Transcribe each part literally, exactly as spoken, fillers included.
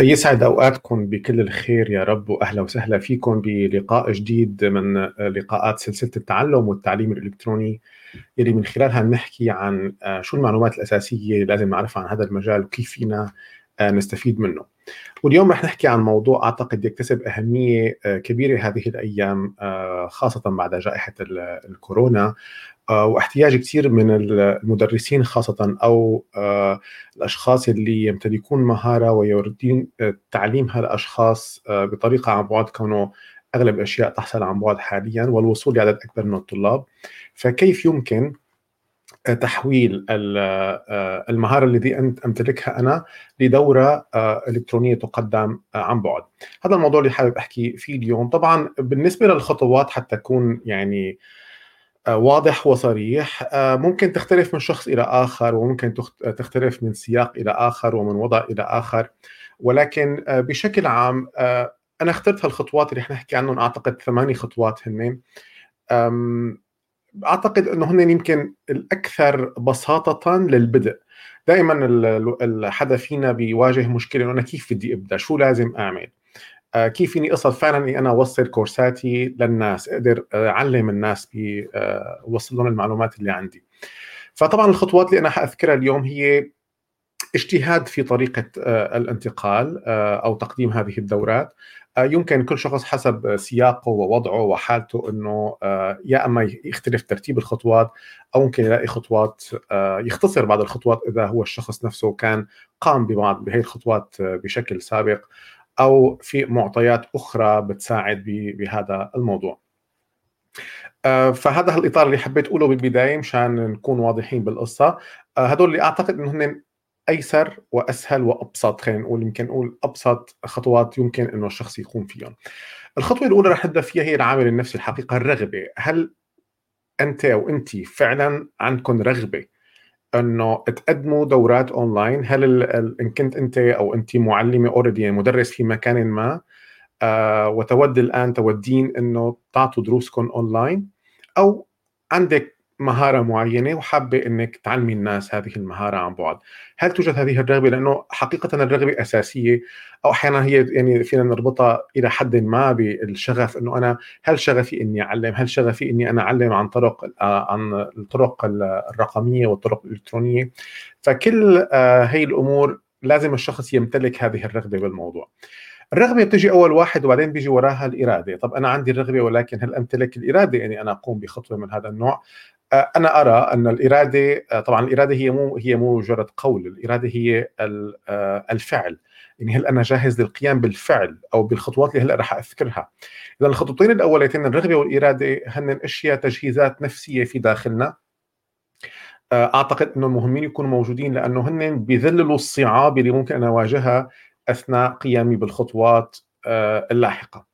يسعد أوقاتكم بكل الخير يا رب، وأهلا وسهلا فيكم بلقاء جديد من لقاءات سلسلة التعلم والتعليم الإلكتروني، يلي من خلالها بنحكي عن شو المعلومات الأساسية اللي لازم نعرفها عن هذا المجال وكيف فينا نستفيد منه. واليوم رح نحكي عن موضوع أعتقد يكتسب أهمية كبيرة هذه الأيام، خاصة بعد جائحة الكورونا، واحتياج كثير من المدرسين خاصة أو الأشخاص اللي يمتلكون مهارة ويريدون تعليمها لأشخاص بطريقة عن بعد، كونه أغلب الأشياء تحصل عن بعد حاليا والوصول لعدد أكبر من الطلاب. فكيف يمكن تحويل المهارة التي أنت أمتلكها أنا لدورة إلكترونية تقدم عن بعد؟ هذا الموضوع اللي حابب أحكي فيه اليوم. طبعا بالنسبة للخطوات حتى تكون يعني واضح وصريح، ممكن تختلف من شخص إلى آخر، وممكن تختلف من سياق إلى آخر ومن وضع إلى آخر، ولكن بشكل عام أنا اخترت هالخطوات اللي احنا نحكي عنهم. أعتقد ثماني خطوات هن، أعتقد أنه هن يمكن الأكثر بساطة للبدء. دائما الحدا فينا بيواجه مشكلة أنه أنا كيف بدي أبدأ، شو لازم أعمل، كيف فيني أصل فعلا أني أنا أوصل كورساتي للناس، أقدر أعلم الناس بوصل لهم المعلومات اللي عندي. فطبعا الخطوات اللي أنا حأذكرها اليوم هي اجتهاد في طريقة الانتقال أو تقديم هذه الدورات. يمكن كل شخص حسب سياقه ووضعه وحالته أنه يا أما يختلف ترتيب الخطوات، أو ممكن يلاقي خطوات يختصر بعض الخطوات إذا هو الشخص نفسه كان قام ببعض بهذه الخطوات بشكل سابق، أو في معطيات أخرى بتساعد بهذا الموضوع. فهذا الإطار اللي حبيت أقوله بالبداية مشان نكون واضحين بالقصة. هدول اللي أعتقد أنهم أيسر وأسهل وأبسط، خلينا نقول يمكن نقول أبسط خطوات يمكن أنه الشخص يقوم فيهم. الخطوة الأولى رح نبدأ فيها هي العامل النفسي، الحقيقة الرغبة. هل أنت أو أنت فعلا عندكم رغبة أنه تقدموا دورات أونلاين؟ هل ال... إن كنت أنت أو أنت معلمة أوريدي، يعني مدرس في مكان ما، آه وتود الآن تودين أنه تعطوا دروسكم أونلاين، أو عندك مهارة معينة وحابة أنك تعلمي الناس هذه المهارة عن بعد؟ هل توجد هذه الرغبة؟ لأنه حقيقة الرغبة أساسية، أو أحيانا هي يعني فينا نربطها إلى حد ما بالشغف، أنه أنا هل شغفي أني أعلم، هل شغفي أني أنا أعلم عن طرق عن الطرق الرقمية والطرق الإلكترونية. فكل هي الأمور لازم الشخص يمتلك هذه الرغبة بالموضوع. الرغبة بتجي أول واحد وبعدين بيجي وراها الإرادة. طب أنا عندي الرغبة، ولكن هل أمتلك الإرادة أني أنا أقوم بخطوة من هذا النوع؟ أنا أرى أن الإرادة، طبعا الإرادة هي مو هي مو مجرد قول، الإرادة هي الفعل. يعني هل أنا جاهز للقيام بالفعل أو بالخطوات اللي هلأ رح أذكرها؟ إذا الخطوتين الأوليتين الرغبة والإرادة هن أشياء تجهيزات نفسية في داخلنا. أعتقد أنه مهمين يكونوا موجودين، لأنه هن بيذللوا الصعاب اللي ممكن أن أواجهها أثناء قيامي بالخطوات اللاحقة.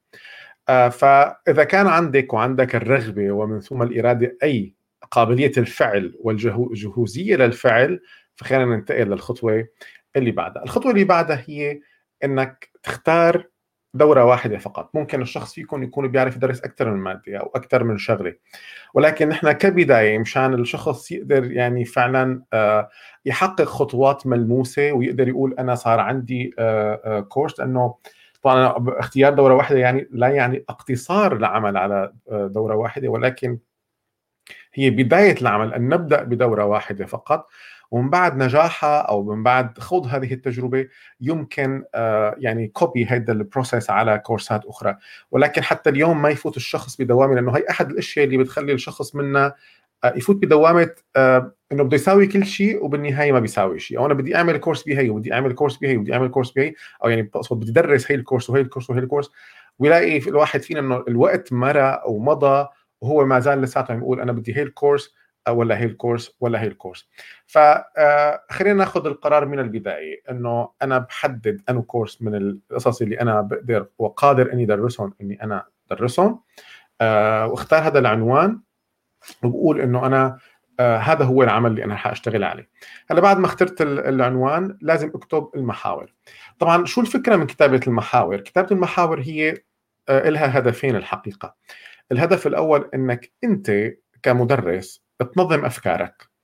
فإذا كان عندك وعندك الرغبة ومن ثم الإرادة، أي قابلية الفعل والجهوزية للفعل، فخلينا ننتقل للخطوة اللي بعدها. الخطوة اللي بعدها هي أنك تختار دورة واحدة فقط. ممكن الشخص فيكم يكون بيعرف يدرس أكثر من مادة أو أكثر من شغلة، ولكن نحن كبداية مشان الشخص يقدر يعني فعلا يحقق خطوات ملموسة ويقدر يقول أنا صار عندي كورس. لأنه طبعا اختيار دورة واحدة يعني لا يعني اقتصار العمل على دورة واحدة، ولكن هي بداية العمل أن نبدأ بدورة واحدة فقط، ومن بعد نجاحها أو من بعد خوض هذه التجربة يمكن يعني كوبي هذا البروسيس على كورسات أخرى. ولكن حتى اليوم ما يفوت الشخص بدوامة، لأنه هي أحد الأشياء اللي بتخلي الشخص منا يفوت بدوامة إنه بده يساوي كل شيء وبالنهاية ما بيساوي شيء. أو أنا بدي أعمل كورس بهي وبدي أعمل كورس بهي وبدي أعمل كورس بهي، أو يعني بقصد بدي أدرس هي الكورس وهي الكورس وهي الكورس، ويلاقي في الواحد فينا إنه الوقت مرى أو مضى وهو ما زال لساته يقول أنا بدي هي الكورس ولا هي الكورس ولا هي الكورس. فخلينا ناخذ القرار من البداية، إنه أنا بحدد أنه كورس من القصص اللي أنا بقدر وقادر إني درسهم إني أنا درسهم، واختار هذا العنوان وبقول إنه أنا آه هذا هو العمل اللي أنا حأشتغل عليه. هلا بعد ما اخترت العنوان لازم أكتب المحاور. طبعا شو الفكرة من كتابة المحاور؟ كتابة المحاور هي آه لها هدفين الحقيقة. الهدف الأول إنك أنت كمدرس تنظم أفكارك.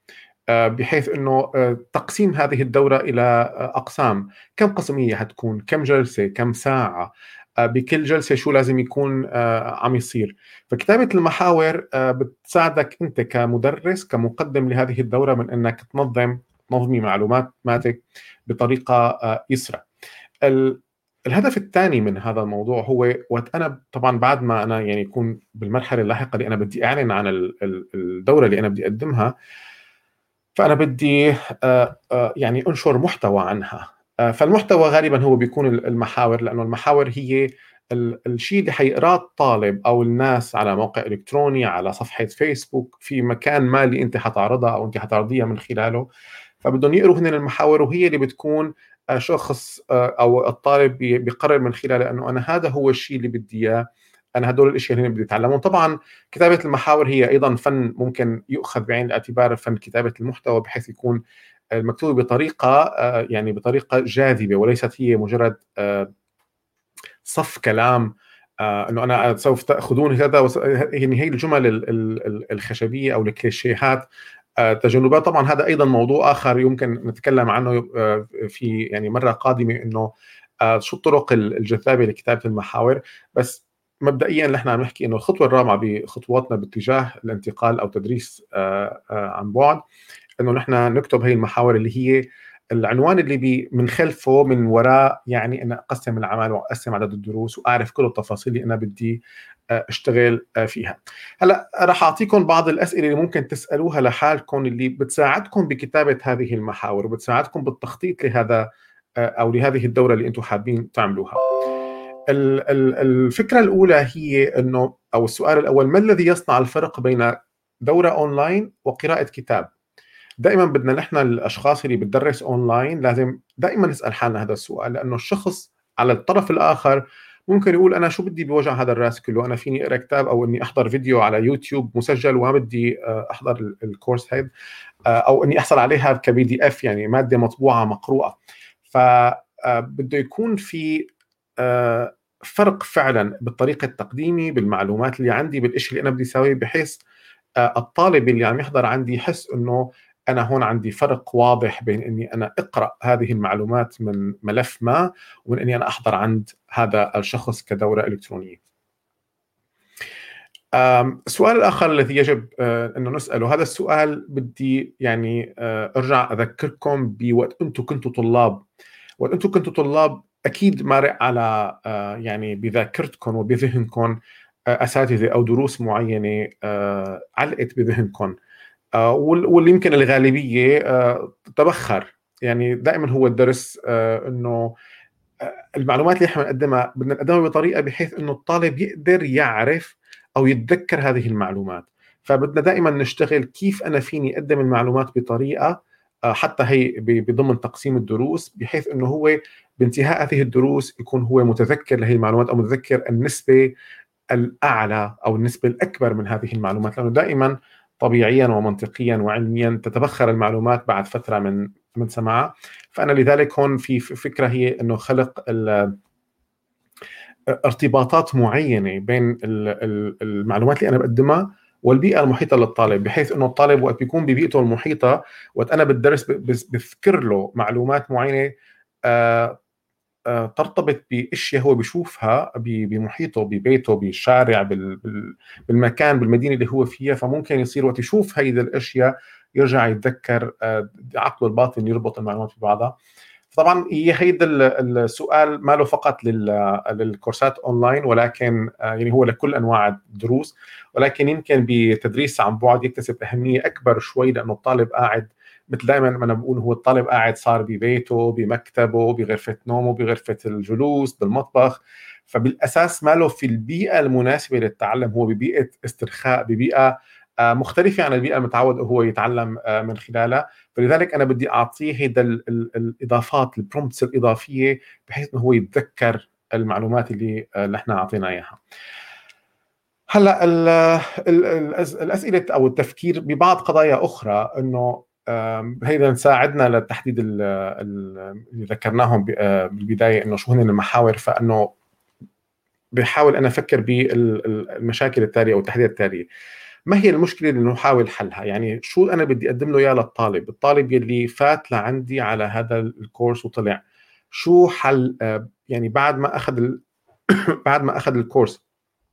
بحيث أنه تقسيم هذه الدورة إلى أقسام. كم قسم هي هتكون، كم جلسة، كم ساعة، بكل جلسة شو لازم يكون عم يصير. فكتابة المحاور بتساعدك أنت كمدرس كمقدم لهذه الدورة من أنك تنظم تنظمي معلوماتك بطريقة يسرى. الهدف الثاني من هذا الموضوع هو وقت أنا طبعا بعد ما أنا يعني يكون بالمرحلة اللاحقة اللي أنا بدي أعلن عن الدورة اللي أنا بدي أقدمها، فأنا بدي يعني أنشر محتوى عنها. فالمحتوى غالبا هو بيكون المحاور، لأنه المحاور هي الشيء اللي حيقراه الطالب أو الناس على موقع إلكتروني، على صفحة فيسبوك، في مكان ما اللي أنت حتعرضها أو أنت حتعرضيها من خلاله. فبدهم يقروا هن المحاور، وهي اللي بتكون شخص أو الطالب بيقرر من خلالها أنه أنا هذا هو الشيء اللي بدي إياه، أنا هدول الأشياء اللي بدي أتعلمهم. طبعا كتابة المحاور هي أيضا فن ممكن يؤخذ بعين الاعتبار، فن كتابة المحتوى، بحيث يكون المكتوب بطريقة يعني بطريقة جاذبة، وليست هي مجرد صف كلام انه انا سوف تاخذون هذا يعني هي الجمل الخشبيه او الكليشيهات تجنبها. طبعا هذا ايضا موضوع اخر يمكن نتكلم عنه في يعني مره قادمه، انه شو الطرق الجذابه لكتابه المحاور. بس مبدئيا نحن عم نحكي انه الخطوه الرابعه بخطواتنا باتجاه الانتقال او تدريس عن بعد، انه نحن نكتب هي المحاور اللي هي العنوان اللي بي من خلفه من وراء، يعني أنا أقسم العمل وأقسم عدد الدروس وأعرف كل التفاصيل اللي أنا بدي أشتغل فيها. هلأ راح أعطيكم بعض الأسئلة اللي ممكن تسألوها لحالكم، اللي بتساعدكم بكتابة هذه المحاور وبتساعدكم بالتخطيط لهذا أو لهذه الدورة اللي أنتم حابين تعملوها. الفكرة الأولى هي أنه أو السؤال الأول: ما الذي يصنع الفرق بين دورة أونلاين وقراءة كتاب؟ دائما بدنا نحن الاشخاص اللي بتدرس اونلاين لازم دائما نسال حالنا هذا السؤال، لانه الشخص على الطرف الاخر ممكن يقول انا شو بدي بوجع هذا الراس كله، انا فيني اقرا كتاب او اني احضر فيديو على يوتيوب مسجل وما بدي احضر الكورس هيد، او اني احصل عليها كبي دي اف يعني ماده مطبوعه مقروءه. فبده يكون في فرق فعلا بالطريقه تقديمي، بالمعلومات اللي عندي، بالشيء اللي انا بدي اسويه، بحيث الطالب اللي عم يحضر عندي يحس انه أنا هون عندي فرق واضح بين أني أنا أقرأ هذه المعلومات من ملف ما، ومن أني أنا أحضر عند هذا الشخص كدورة إلكترونية. السؤال الآخر الذي يجب أنه نسأله، هذا السؤال بدي يعني أرجع أذكركم بوقت أنتم كنتوا طلاب. وقت أنتم كنتوا طلاب أكيد مارق على يعني بذاكرتكم وبذهنكم أساتذة أو دروس معينة علقت بذهنكم، واللي يمكن الغالبية تبخر. يعني دائما هو الدرس انه المعلومات اللي احنا بنقدمها بدنا نقدمها بطريقه بحيث انه الطالب يقدر يعرف او يتذكر هذه المعلومات. فبدنا دائما نشتغل كيف انا فيني اقدم المعلومات بطريقه حتى هي بضمن تقسيم الدروس، بحيث انه هو بانتهاء هذه الدروس يكون هو متذكر لهي المعلومات او متذكر النسبه الاعلى او النسبه الاكبر من هذه المعلومات، لانه دائما طبيعيا ومنطقيا وعلميا تتبخر المعلومات بعد فتره من من سماعها. فانا لذلك هون في فكره هي انه خلق ارتباطات معينه بين المعلومات اللي انا بقدمها والبيئه المحيطه للطالب، بحيث انه الطالب وقت بيكون ببيئته المحيطه، وقت انا بالدرس بذكر له معلومات معينه ترتبط باشياء هو بيشوفها بمحيطه، ببيته، بالشارع، بالمكان، بالمدينه اللي هو فيها. فممكن يصير وقت يشوف هيدا الاشياء يرجع يتذكر، عقله الباطن يربط المعلومات ببعضها. طبعا هيدا السؤال ما له فقط للكورسات اونلاين، ولكن يعني هو لكل انواع الدروس، ولكن يمكن بتدريس عن بعد يكتسب اهميه اكبر شوي، لانه الطالب قاعد مثل دائما ما انا بقول، هو الطالب قاعد صار ببيته، بمكتبه، بغرفه نومه، بغرفه الجلوس، بالمطبخ. فبالاساس ما له في البيئه المناسبه للتعلم، هو ببيئه استرخاء، ببيئه مختلفه عن البيئه المتعود هو يتعلم من خلالها. فلذلك انا بدي اعطيه هيدا الاضافات، البرومبتس الاضافيه، بحيث انه هو يتذكر المعلومات اللي نحن اعطيناه اياها. هلا الاسئله او التفكير ببعض قضايا اخرى، انه هيدا نساعدنا لتحديد اللي ذكرناهم بالبدايه، انه شو هن المحاور. فانه بحاول انا افكر بالمشاكل التاليه او التحديات التاليه. ما هي المشكلة اللي نحاول حلها؟ يعني شو أنا بدي أقدم له إياه للطالب؟ الطالب يلي فات لعندي على هذا الكورس وطلع، شو حل؟ آه، يعني بعد ما أخذ ال... بعد ما أخذ الكورس،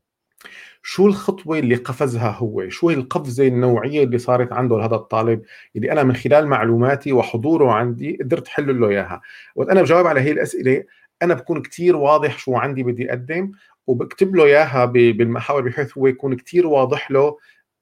شو الخطوة اللي قفزها هو؟ شو هي القفزة النوعية اللي صارت عنده لهذا الطالب اللي أنا من خلال معلوماتي وحضوره عندي قدرت حل له إياها؟ وقت أنا بجاوب على هي الأسئلة أنا بكون كتير واضح شو عندي بدي أقدم، وبكتب له إياها ب- بالمحاور بحيث هو يكون كتير واضح له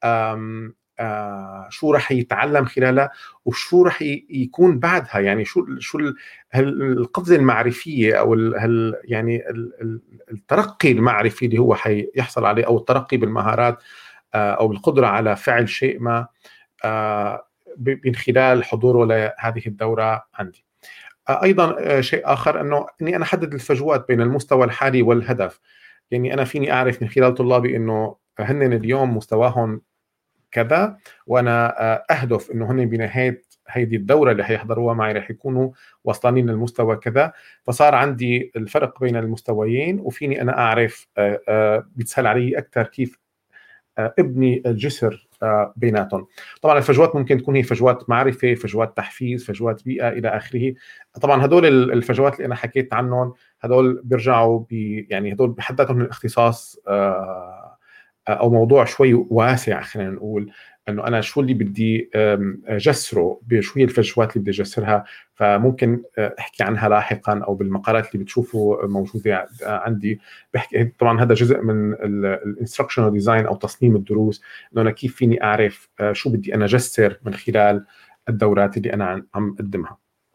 آم آه شو رح يتعلم خلالها وشو رح ي- يكون بعدها. يعني شو شو ال- هال- القفزة المعرفية أو ال هال يعني ال- ال- الترقي المعرفي اللي هو حيحصل عليه، أو الترقي بالمهارات آه، أو القدرة على فعل شيء ما آه، ب- من خلال حضوره لهذه الدورة عندي. آه، أيضا آه، شيء آخر أنه أني أنا أحدد الفجوات بين المستوى الحالي والهدف. يعني أنا فيني أعرف من خلال طلابي أنه هن اليوم مستواهم كذا، وانا آه، اهدف انه هن بنهايه هيدي الدوره اللي حيحضروها معي رح يكونوا واصلين للمستوى كذا. فصار عندي الفرق بين المستويين، وفيني انا اعرف آه، آه، بيتسهل علي اكثر كيف آه، ابني الجسر آه، بيناتهم. طبعا الفجوات ممكن تكون هي فجوات معرفه، فجوات تحفيز، فجوات بيئه الى اخره. طبعا هدول الفجوات اللي انا حكيت عنهم هدول بيرجعوا بي يعني هدول بحد ذاتهم من اختصاص آه، او موضوع شوي واسع. خلينا نقول انه انا شو اللي بدي أم، اجسره، شو هي الفجوات اللي بدي اجسرها. فممكن أه، احكي عنها لاحقا او بالمقالات اللي بتشوفوا موجوده عندي. بحكي طبعا هذا جزء من الانستركشنال ديزاين او تصميم الدروس، انه انا كيف فيني اعرف أه، شو بدي انا اجسر من خلال الدورات اللي انا عم عم اقدمها.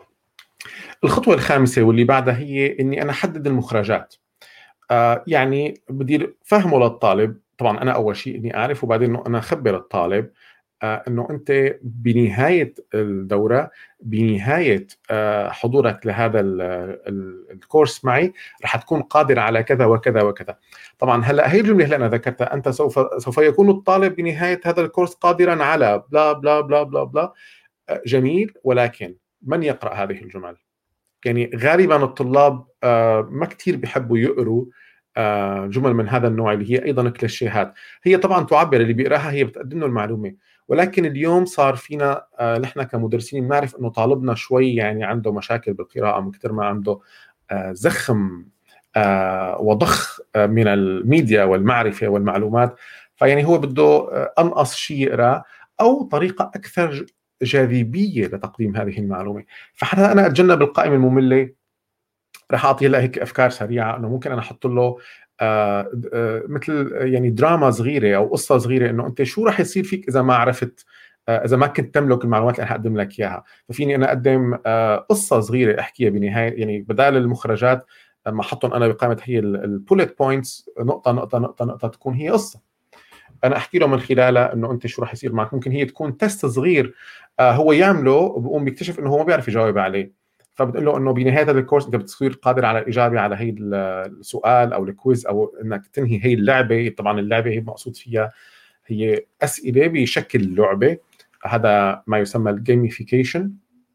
الخطوه الخامسه واللي بعدها هي اني انا احدد المخرجات. آه يعني بدي فهمه للطالب. طبعا انا اول شيء اني اعرف، وبعدين انه انا اخبر الطالب آه انه انت بنهايه الدوره، بنهايه آه حضورك لهذا ال ال الكورس معي رح تكون قادر على كذا وكذا وكذا. طبعا هلا هي الجمله اللي انا ذكرتها، انت سوف سوف يكون الطالب بنهايه هذا الكورس قادرا على بلا بلا بلا بلا بلا. آه جميل، ولكن من يقرا هذه الجمل؟ يعني غالبا الطلاب آه، ما كثير بيحبوا يقروا آه، جمل من هذا النوع اللي هي ايضا كليشيهات. هي طبعا تعبر، اللي بيقراها هي بتقدم له المعلومه، ولكن اليوم صار فينا آه، نحن كمدرسين بنعرف انه طالبنا شوي يعني عنده مشاكل بالقراءه من كثر ما عنده آه، زخم آه، وضخ آه، من الميديا والمعرفه والمعلومات. فيعني هو بده آه، انقص شيء يقرا، او طريقه اكثر جاذبيه لتقديم هذه المعلومه. فحتى انا اتجنب القائمه الممله، راح اعطي له هيك افكار سريعه انه ممكن انا احط له آه آه مثل يعني دراما صغيره او قصه صغيره، انه انت شو راح يصير فيك اذا ما عرفت، آه اذا ما كنت تملك المعلومات اللي انا حقدم لك اياها. ففيني انا اقدم آه قصه صغيره احكيها بنهايه، يعني بدال المخرجات لما احطهم انا بقائمه هي البوليت بوينتس، نقطه نقطه نقطه نقطه، تكون هي قصه انا احكي له من خلالها انه انت شو راح يصير معك. ممكن هي تكون تست صغير آه هو يعمله وبقوم بيكتشف انه هو ما بيعرف يجاوب عليه. فبتقول له انه بنهايه هذا الكورس انت بتصير قادر على الاجابه على هي السؤال او الكويز، او انك تنهي هي اللعبه. طبعا اللعبه هي مقصود فيها هي اسئله بشكل لعبه، هذا ما يسمى الجيميفيكيشن.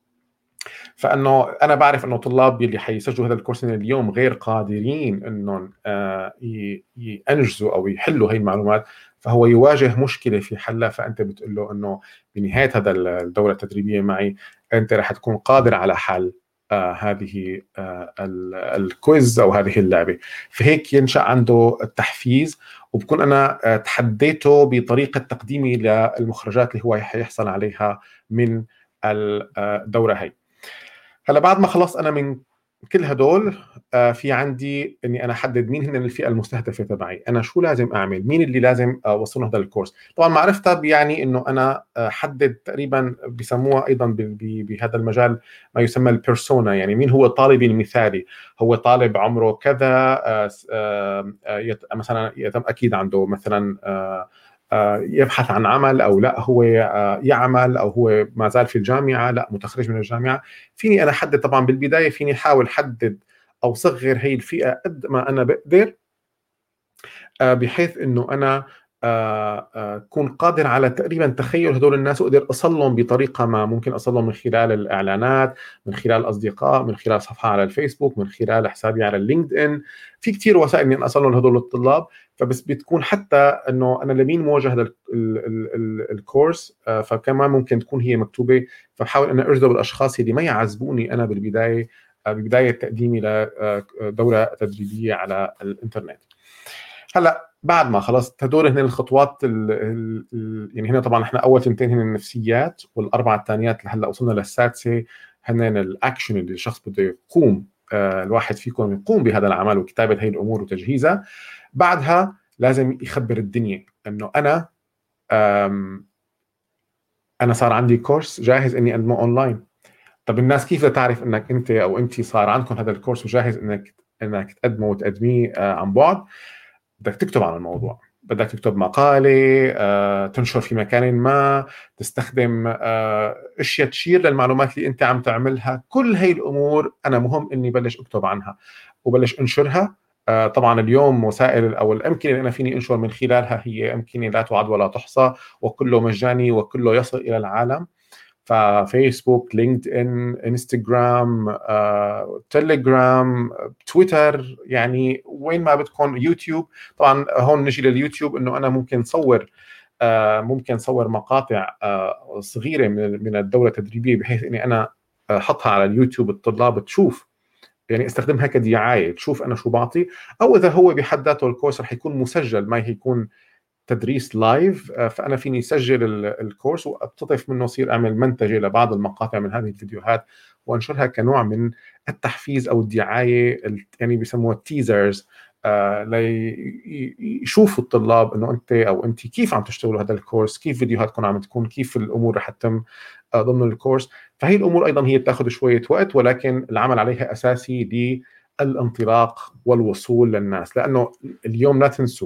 فانه انا بعرف انه طلاب اللي حيسجلوا هذا الكورس اليوم غير قادرين انهم آه، ينجزوا او يحلوا هي المعلومات، فهو يواجه مشكله في حلها. فانت بتقول له انه بنهايه هذا الدوره التدريبيه معي انت رح تكون قادر على حل آه هذه آه الكويز او هذه اللعبه. فهيك ينشا عنده التحفيز، وبكون انا آه تحديته بطريقه تقديمي للمخرجات اللي هو حيحصل عليها من الدوره هي. هلا بعد ما خلصت انا من كل هدول آه في عندي اني انا احدد مين هن الفئه المستهدفه تبعي، انا شو لازم اعمل، مين اللي لازم اوصله هذا الكورس. طبعا معرفتها بيعني انه انا احدد تقريبا بسموها ايضا بهذا المجال ما يسمى البيرسونا، يعني مين هو طالبي المثالي. هو طالب عمره كذا آه آه مثلا يتم اكيد عنده مثلا آه يبحث عن عمل، او لا هو يعمل، او هو ما زال في الجامعه، لا متخرج من الجامعه. فيني انا احدد طبعا بالبدايه، فيني احاول احدد او صغر هي الفئه قد ما انا بقدر بحيث انه انا اكون قادر على تقريبا تخيل هدول الناس، واقدر اصلهم بطريقه ما. ممكن اصلهم من خلال الاعلانات، من خلال الاصدقاء، من خلال صفحه على الفيسبوك، من خلال حسابي على اللينكد ان. في كثير وسائل اني اصلهم لهدول الطلاب. فبس بتكون حتى انه انا لمين موجه هذا الكورس، فكمان ممكن تكون هي مكتوبه، فبحاول ان اجذب الاشخاص اللي ما يعذبوني انا بالبدايه ببدايه تقديمي لدوره تدريبيه على الانترنت. هلا بعد ما خلصت هدول هن الخطوات ال ال يعني هنا طبعا احنا اول تنتين هن النفسيات، والاربعه الثانيات هلا وصلنا للسادسه هن الاكشن اللي الشخص بده يقوم، آه الواحد فيكم يقوم بهذا العمل وكتابه هي الامور وتجهيزها. بعدها لازم يخبر الدنيا انه انا انا صار عندي كورس جاهز اني اقدمه اونلاين. طب الناس كيف تعرف انك انت او انت صار عندكم هذا الكورس وجاهز انك انك تقدمه وتقدميه آه عن بعد؟ بدك تكتب عن الموضوع، بدك تكتب مقالة، آه، تنشر في مكان ما، تستخدم آه، اشياء تشير للمعلومات اللي انت عم تعملها. كل هاي الامور انا مهم اني بلش اكتب عنها وبلش انشرها. آه، طبعا اليوم وسائل او الامكنه اللي انا فيني انشر من خلالها هي امكنه لا تعد ولا تحصى، وكله مجاني وكله يصل الى العالم. ففيسبوك، لينكد ان، انستغرام، آه، تليجرام، تويتر، يعني وين ما بدكم، يوتيوب. طبعا هون نجي لليوتيوب انه انا ممكن صور آه، ممكن صور مقاطع آه، صغيره من من الدوره التدريبيه بحيث اني انا احطها على اليوتيوب، الطلاب تشوف، يعني استخدمها كدعايه تشوف انا شو بعطي. او اذا هو بحد ذاته الكورس رح يكون مسجل، ما يكون تدريس لايف، فانا فيني اسجل الكورس واقتطف منه، اصير اعمل منتجه لبعض المقاطع من هذه الفيديوهات وانشرها كنوع من التحفيز او الدعايه، يعني بيسموها التيزرز، آه ليشوفوا الطلاب انه انت او انت كيف عم تشتغلوا هذا الكورس، كيف فيديوهاتكم عم تكون، كيف الامور رح تتم آه ضمن الكورس. فهي الامور ايضا هي بتاخذ شويه وقت، ولكن العمل عليها اساسي للانطلاق والوصول للناس. لانه اليوم لا تنسوا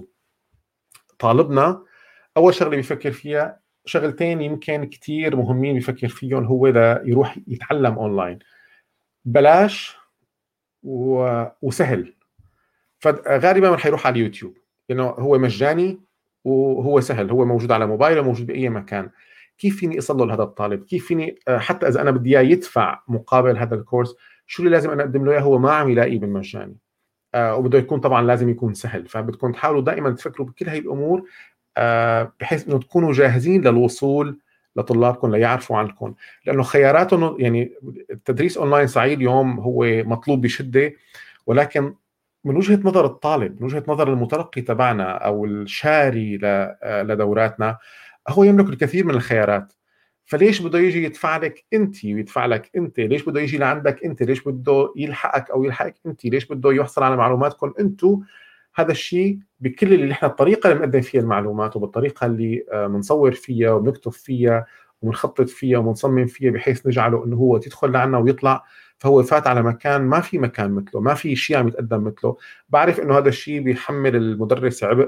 طالبنا اول شغله بيفكر فيها شغلتين يمكن كتير مهمين بيفكر فيهم، هو ده يروح يتعلم اونلاين بلاش و... وسهل. فغالبا رح يروح على اليوتيوب لانه هو مجاني وهو سهل، هو موجود على موبايله، موجود باي مكان. كيف فيني اصل له لهذا الطالب؟ كيف فيني حتى اذا انا بدي اياه يدفع مقابل هذا الكورس، شو اللي لازم انا اقدم له اياه هو ما عم يلاقيه بالمجاني؟ آه وبده يكون طبعا لازم يكون سهل. فبدكم تحاولوا دائما تفكروا بكل هاي الامور آه بحيث انه تكونوا جاهزين للوصول لطلابكم ليعرفوا عنكم. لانه خياراتهم، يعني التدريس اونلاين صحيح اليوم هو مطلوب بشده، ولكن من وجهه نظر الطالب، من وجهه نظر المتلقي تبعنا او الشاري لدوراتنا، هو يملك الكثير من الخيارات. فليش بده يجي يدفع لك انت ويدفع لك انت؟ ليش بده يجي لعندك انت؟ ليش بده يلحقك او يلحقك انت؟ ليش بده يحصل على معلوماتكم انتم؟ هذا الشيء بكل اللي احنا الطريقه اللي بنقدم فيها المعلومات وبالطريقه اللي بنصور فيها وبنكتب فيها وبنخطط فيها وبنصمم فيها بحيث نجعله انه هو تدخل لعنا ويطلع فهو فات على مكان ما في مكان مثله، ما في شيء عم يتقدم مثله. بعرف انه هذا الشيء بيحمل المدرس عبء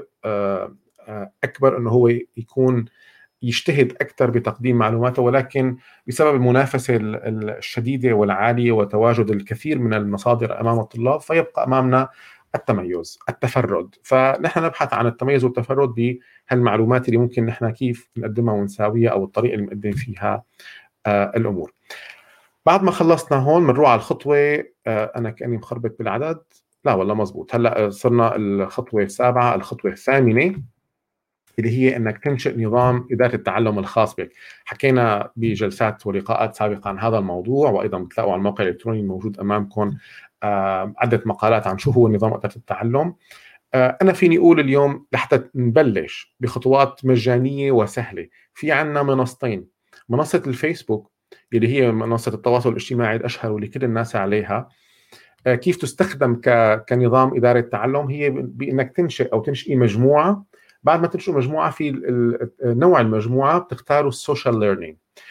اكبر، انه هو يكون يجتهد أكثر بتقديم معلوماته، ولكن بسبب المنافسة الشديدة والعالية وتواجد الكثير من المصادر أمام الطلاب فيبقى أمامنا التميز، التفرد. فنحن نبحث عن التميز والتفرد بهالمعلومات اللي ممكن نحن كيف نقدمها ونساويها، أو الطريقة اللي نقدم فيها آه الأمور. بعد ما خلصنا هون بنروح على الخطوة، آه أنا كأني مخربط بالعدد، لا والله مزبوط، هلأ صرنا الخطوة السابعة، الخطوة الثامنة اللي هي انك تنشئ نظام اداره التعلم الخاص بك. حكينا بجلسات ولقاءات سابقه عن هذا الموضوع، وايضا بتلاقوا على الموقع الالكتروني الموجود امامكم آه عده مقالات عن شو هو نظام اداره التعلم. آه انا فيني اقول اليوم لحتى نبلش بخطوات مجانيه وسهله، في عندنا منصتين: منصه الفيسبوك اللي هي منصه التواصل الاجتماعي الاشهر واللي كل الناس عليها. آه كيف تستخدم ك... كنظام اداره تعلم؟ هي بانك تنشئ او تنشئي مجموعه. بعد ما تنشئوا مجموعه، في نوع المجموعه بتختاروا السوشيال ليرنينج.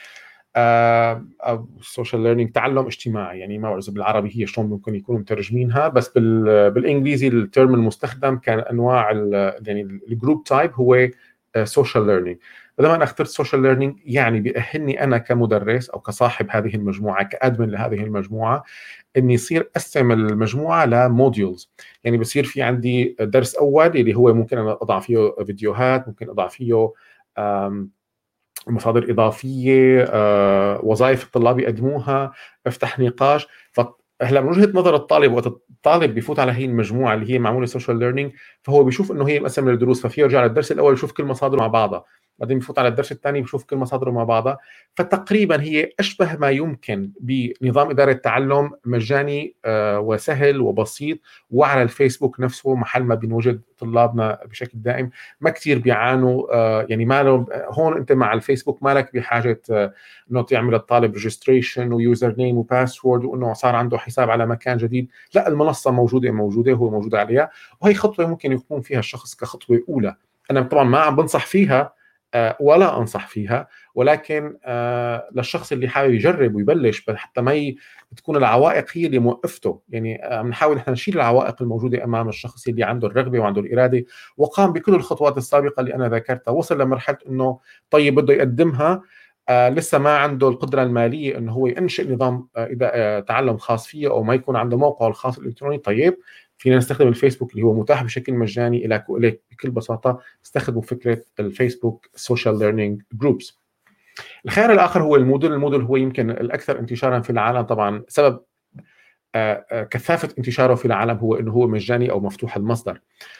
السوشيال ليرنينج تعلم اجتماعي، يعني ما بعرف بالعربي هي شلون ممكن يكونوا مترجمينها، بس بالانجليزي الترم المستخدم كانواع يعني الجروب تايب هو سوشيال ليرنينج. فلما انا اخترت سوشيال ليرنينج يعني بيأهلني انا كمدرس او كصاحب هذه المجموعه، كادمن لهذه المجموعه، اني يصير اقسم المجموعه لموديولز. يعني بصير في عندي درس اول اللي هو ممكن انا اضع فيه فيديوهات، ممكن اضع فيه مصادر اضافيه، وظائف الطلاب يقدموها، افتح نقاش. هلا من وجهه نظر الطالب، وقت الطالب بيفوت على هي المجموعه اللي هي معموله سوشيال ليرنينج، فهو بيشوف انه هي مقسمه للدروس، ففيه يرجع للدرس الاول يشوف كل مصادره مع بعضها، بعدين بيفوت على الدرس الثاني بيشوف كل مصادره مع بعضها. فتقريبا هي اشبه ما يمكن بنظام اداره التعلم مجاني آه، وسهل وبسيط، وعلى الفيسبوك نفسه محل ما بنوجد طلابنا بشكل دائم. ما كثير بيعانوا آه، يعني ما له هون انت مع الفيسبوك مالك بحاجه آه، انه تعمل الطالب ريجستريشن ويوزر نيم وباسورد وانه صار عنده حساب على مكان جديد. لا، المنصه موجوده موجوده هو موجود عليها، وهي خطوه ممكن يقوم فيها الشخص كخطوه اولى. انا طبعا ما عم بنصح فيها آه، ولا انصح فيها، ولكن آه، للشخص اللي حابب يجرب ويبلش حتى ما ي... تكون العوائق هي اللي موقفته. يعني آه، بنحاول احنا نشيل العوائق الموجوده امام الشخص اللي عنده الرغبه وعنده الاراده، وقام بكل الخطوات السابقه اللي انا ذكرتها، وصل لمرحله انه طيب بده يقدمها، آه لسه ما عنده القدرة المالية انه هو ينشئ نظام آه إذا آه تعلم خاص فيه، او ما يكون عنده موقعه الخاص الالكتروني. طيب فينا نستخدم الفيسبوك اللي هو متاح بشكل مجاني لك ولك بكل بساطة. استخدموا فكرة الفيسبوك سوشيال ليرنينج جروبس. الخيار الاخر هو المودل. المودل هو يمكن الاكثر انتشارا في العالم. طبعا سبب آه آه كثافة انتشاره في العالم هو انه هو مجاني او مفتوح المصدر.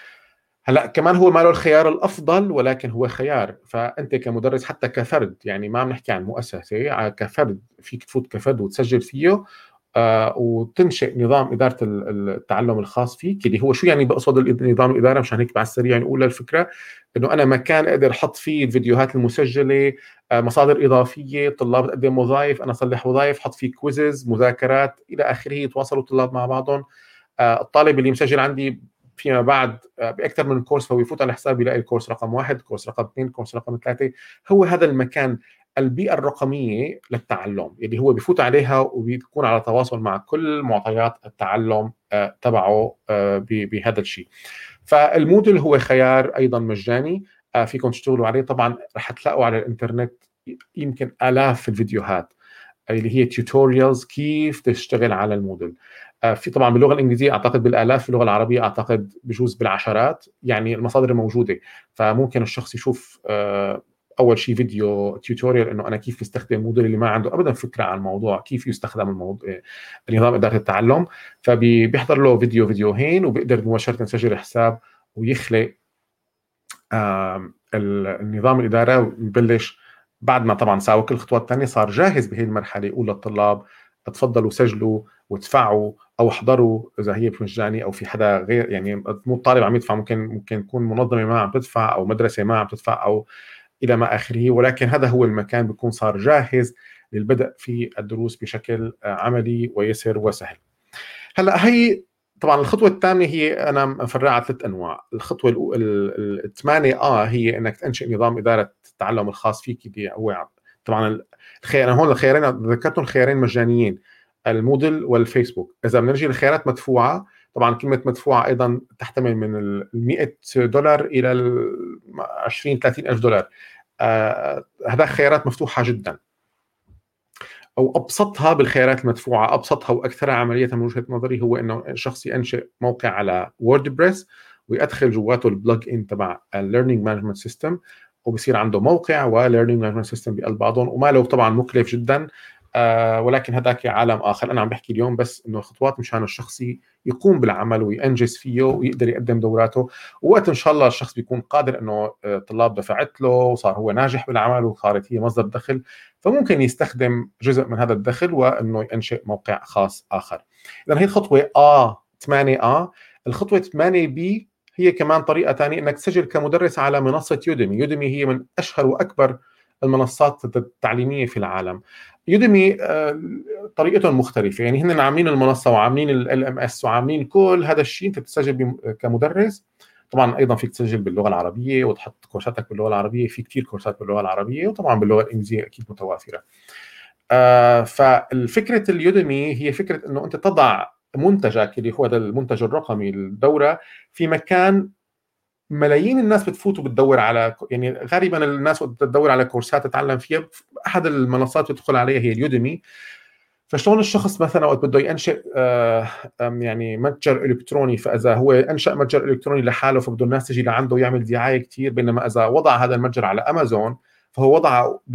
هلا كمان هو ما له الخيار الافضل، ولكن هو خيار. فانت كمدرس حتى كفرد، يعني ما عم نحكي عن مؤسسه، ع- كفرد فيك تفوت كفرد وتسجل فيه آه وتنشئ نظام اداره ال- ال- التعلم الخاص فيك. اللي هو شو يعني بقصد الإد- نظام الاداره؟ مشان هيك على السريع نقول الفكره انه انا مكان اقدر احط فيه الفيديوهات المسجله، آه مصادر اضافيه، طلاب تقدم وظائف، انا اصلح وظائف، حط فيه كويزز، مذاكرات الى اخره، يتواصلوا الطلاب مع بعضهم. آه، الطالب اللي مسجل عندي فيما بعد آه، باكثر من كورس، فهو يفوت على حسابي يلاقي الكورس رقم واحد، كورس رقم اثنين، كورس رقم ثلاثه. هو هذا المكان، البيئه الرقميه للتعلم اللي هو بيفوت عليها وبيكون على تواصل مع كل معطيات التعلم آه، تبعه آه، ب- بهذا الشيء. فالمودل هو خيار ايضا مجاني، آه، فيكم تشتغلوا عليه. طبعا رح تلاقوا على الانترنت يمكن الاف الفيديوهات اللي هي توتوريالز كيف تشتغل على الموديل. آه، في طبعا باللغه الانجليزيه اعتقد بالالاف، في اللغه العربيه اعتقد بجوز بالعشرات، يعني المصادر موجوده. فممكن الشخص يشوف آه، اول شيء فيديو توتوريال انه انا كيف استخدم موديل اللي ما عنده ابدا فكره عن الموضوع، كيف يستخدم الموضوع نظام اداره التعلم. فبيحضر له فيديو فيديوهين وبيقدر مباشره يسجل حساب ويخلق آه، النظام الاداره ويبلش. بعد ما طبعا ساوى كل الخطوات الثانيه صار جاهز بهي المرحله، يقول للطلاب تفضلوا سجلوا وادفعوا او احضروا اذا هي مجاني، او في حدا غير، يعني مو الطالب عم يدفع، ممكن ممكن يكون منظمه ما عم تدفع او مدرسه ما عم تدفع او الى ما اخره. ولكن هذا هو المكان بيكون صار جاهز للبدء في الدروس بشكل آه، عملي ويسر وسهل. هلا هي طبعا الخطوه الثانيه هي انا مفرعها ثلاث انواع. الخطوه الأو- ال- الثمانيه اه هي انك تنشئ نظام اداره التعلم الخاص فيك اللي هو طبعا الخيار. انا هون الخيارين ذكرتهم خيارين مجانيين، المودل والفيسبوك. اذا بنرجع لخيارات مدفوعه، طبعا كلمه مدفوعه ايضا تحتمل من ال مئة دولار الى ال عشرين ثلاثين الف دولار. آه هذا خيارات مفتوحه جدا. او ابسطها بالخيارات المدفوعه، ابسطها واكثرها عمليه من وجهه نظري، هو انه الشخص ينشئ موقع على ووردبريس ويدخل جواته البلج ان تبع الليرنينج مانجمنت سيستم، وبصير عنده موقع وليرنينج مانجمنت سيستم بقلب بعضهم، وما له طبعا مكلف جدا. آه ولكن هذاك عالم اخر. انا عم بحكي اليوم بس انه خطوات مشان الشخص يقوم بالعمل وينجز فيه ويقدر يقدم دوراته. ووقت ان شاء الله الشخص بيكون قادر انه طلاب دفعت له وصار هو ناجح بالعمل وصارت هي مصدر دخل، فممكن يستخدم جزء من هذا الدخل وانه ينشئ موقع خاص اخر. اذا هي الخطوه ا ثمانية ا. الخطوه ثمانية بي هي كمان طريقه ثانيه انك تسجل كمدرس على منصه يوديمي. يوديمي هي من اشهر واكبر المنصات التعليميه في العالم. يوديمي آه، طريقتهم مختلفه، يعني هن عاملين المنصه وعاملين ال ام اس وعاملين كل هذا الشيء. انت بتسجل كمدرس. طبعا ايضا فيك تسجل باللغه العربيه وتحط كورساتك باللغه العربيه، في كثير كورسات باللغه العربيه، وطبعا باللغه الانجليزيه اكيد متوافره. آه فالفكره اليوديمي هي فكره انه انت تضع منتجك اللي هو هذا المنتج الرقمي، الدوره، في مكان ملايين الناس بتفوت وبتدور على، يعني غالبا الناس بتدور على كورسات تتعلم فيها، احد المنصات بتدخل عليها هي اليوديمي. فشلون الشخص مثلا وقت بده ينشئ آه يعني متجر الكتروني، فاذا هو انشا متجر الكتروني لحاله فبده الناس تجي لعنده يعمل دعايه كثير، بينما اذا وضع هذا المتجر على امازون فهو وضعه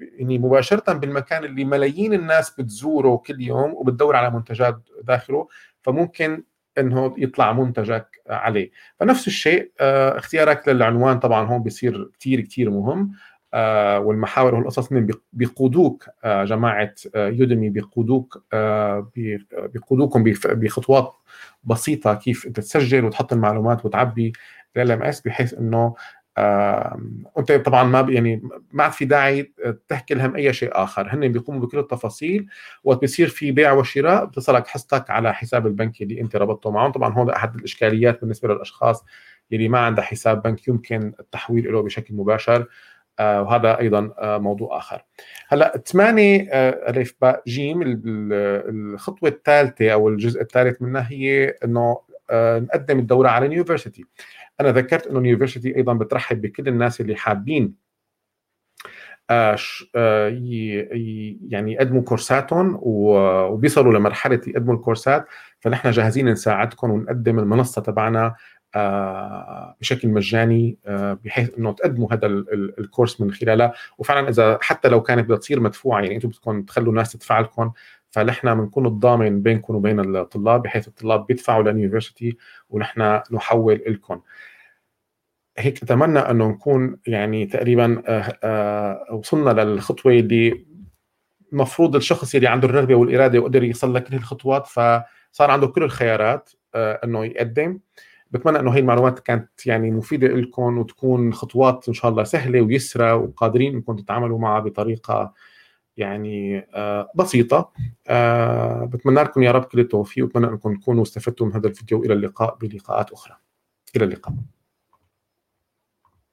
يعني مباشرة بالمكان اللي ملايين الناس بتزوره كل يوم وبتدور على منتجات داخله، فممكن انه يطلع منتجك عليه. فنفس الشيء آه، اختيارك للعنوان طبعا هون بيصير كتير كتير مهم. آه، والمحاور والقصص من بيقودوك، آه، جماعة آه، يوديمي بيقودوك آه، بي- بيقودوكم بف- بخطوات بسيطة كيف انت تسجل وتحط المعلومات وتعبي ال ام اس، بحيث انه آه، انت طبعا ما ب- يعني ما عاد في داعي تحكي لهم اي شيء اخر، هن بيقوموا بكل التفاصيل. وقت بيصير في بيع وشراء بتصلك حصتك على حساب البنكي اللي انت ربطته معهم. طبعا هون احد الاشكاليات بالنسبه للاشخاص اللي ما عنده حساب بنك يمكن التحويل له بشكل مباشر، آه، وهذا ايضا آه، موضوع اخر. هلا ثمانية آه، الف باء جيم، ال- ال- الخطوه الثالثه او الجزء الثالث منها هي انه آه، نقدم الدوره على اليونيفرسيتي. انا ذكرت انه اليونيفرسيتي ايضا بترحب بكل الناس اللي حابين آه، ش- آه، ي- ي- يعني يقدموا كورساتهم و- وبيصلوا لمرحله يقدموا الكورسات. فنحن جاهزين نساعدكم ونقدم المنصه تبعنا آه، بشكل مجاني، آه، بحيث انه تقدموا هذا ال- ال- الكورس من خلالها. وفعلا اذا حتى لو كانت بدها تصير مدفوعه، يعني انتم بدكم تخلوا الناس تدفع لكم، فنحن بنكون الضامن بينكم وبين الطلاب، بحيث الطلاب بيدفعوا لليونيفرسيتي ونحن نحول لكم. هيك أتمنى أنه نكون يعني تقريبا آه، آه، وصلنا للخطوة اللي المفروض الشخص اللي عنده الرغبة والإرادة وقدر يصل لكل الخطوات، فصار عنده كل الخيارات آه، أنه يقدم. بتمنى أنه هي المعلومات كانت يعني مفيدة لكم، وتكون خطوات إن شاء الله سهلة ويسرى، وقادرين أنكم تتعاملوا معها بطريقة يعني آه، بسيطة. آه، بتمنى لكم يا رب كل التوفيق، وبتمنى أنكم تكونوا استفدتوا من هذا الفيديو. إلى اللقاء بلقاءات أخرى. إلى اللقاء.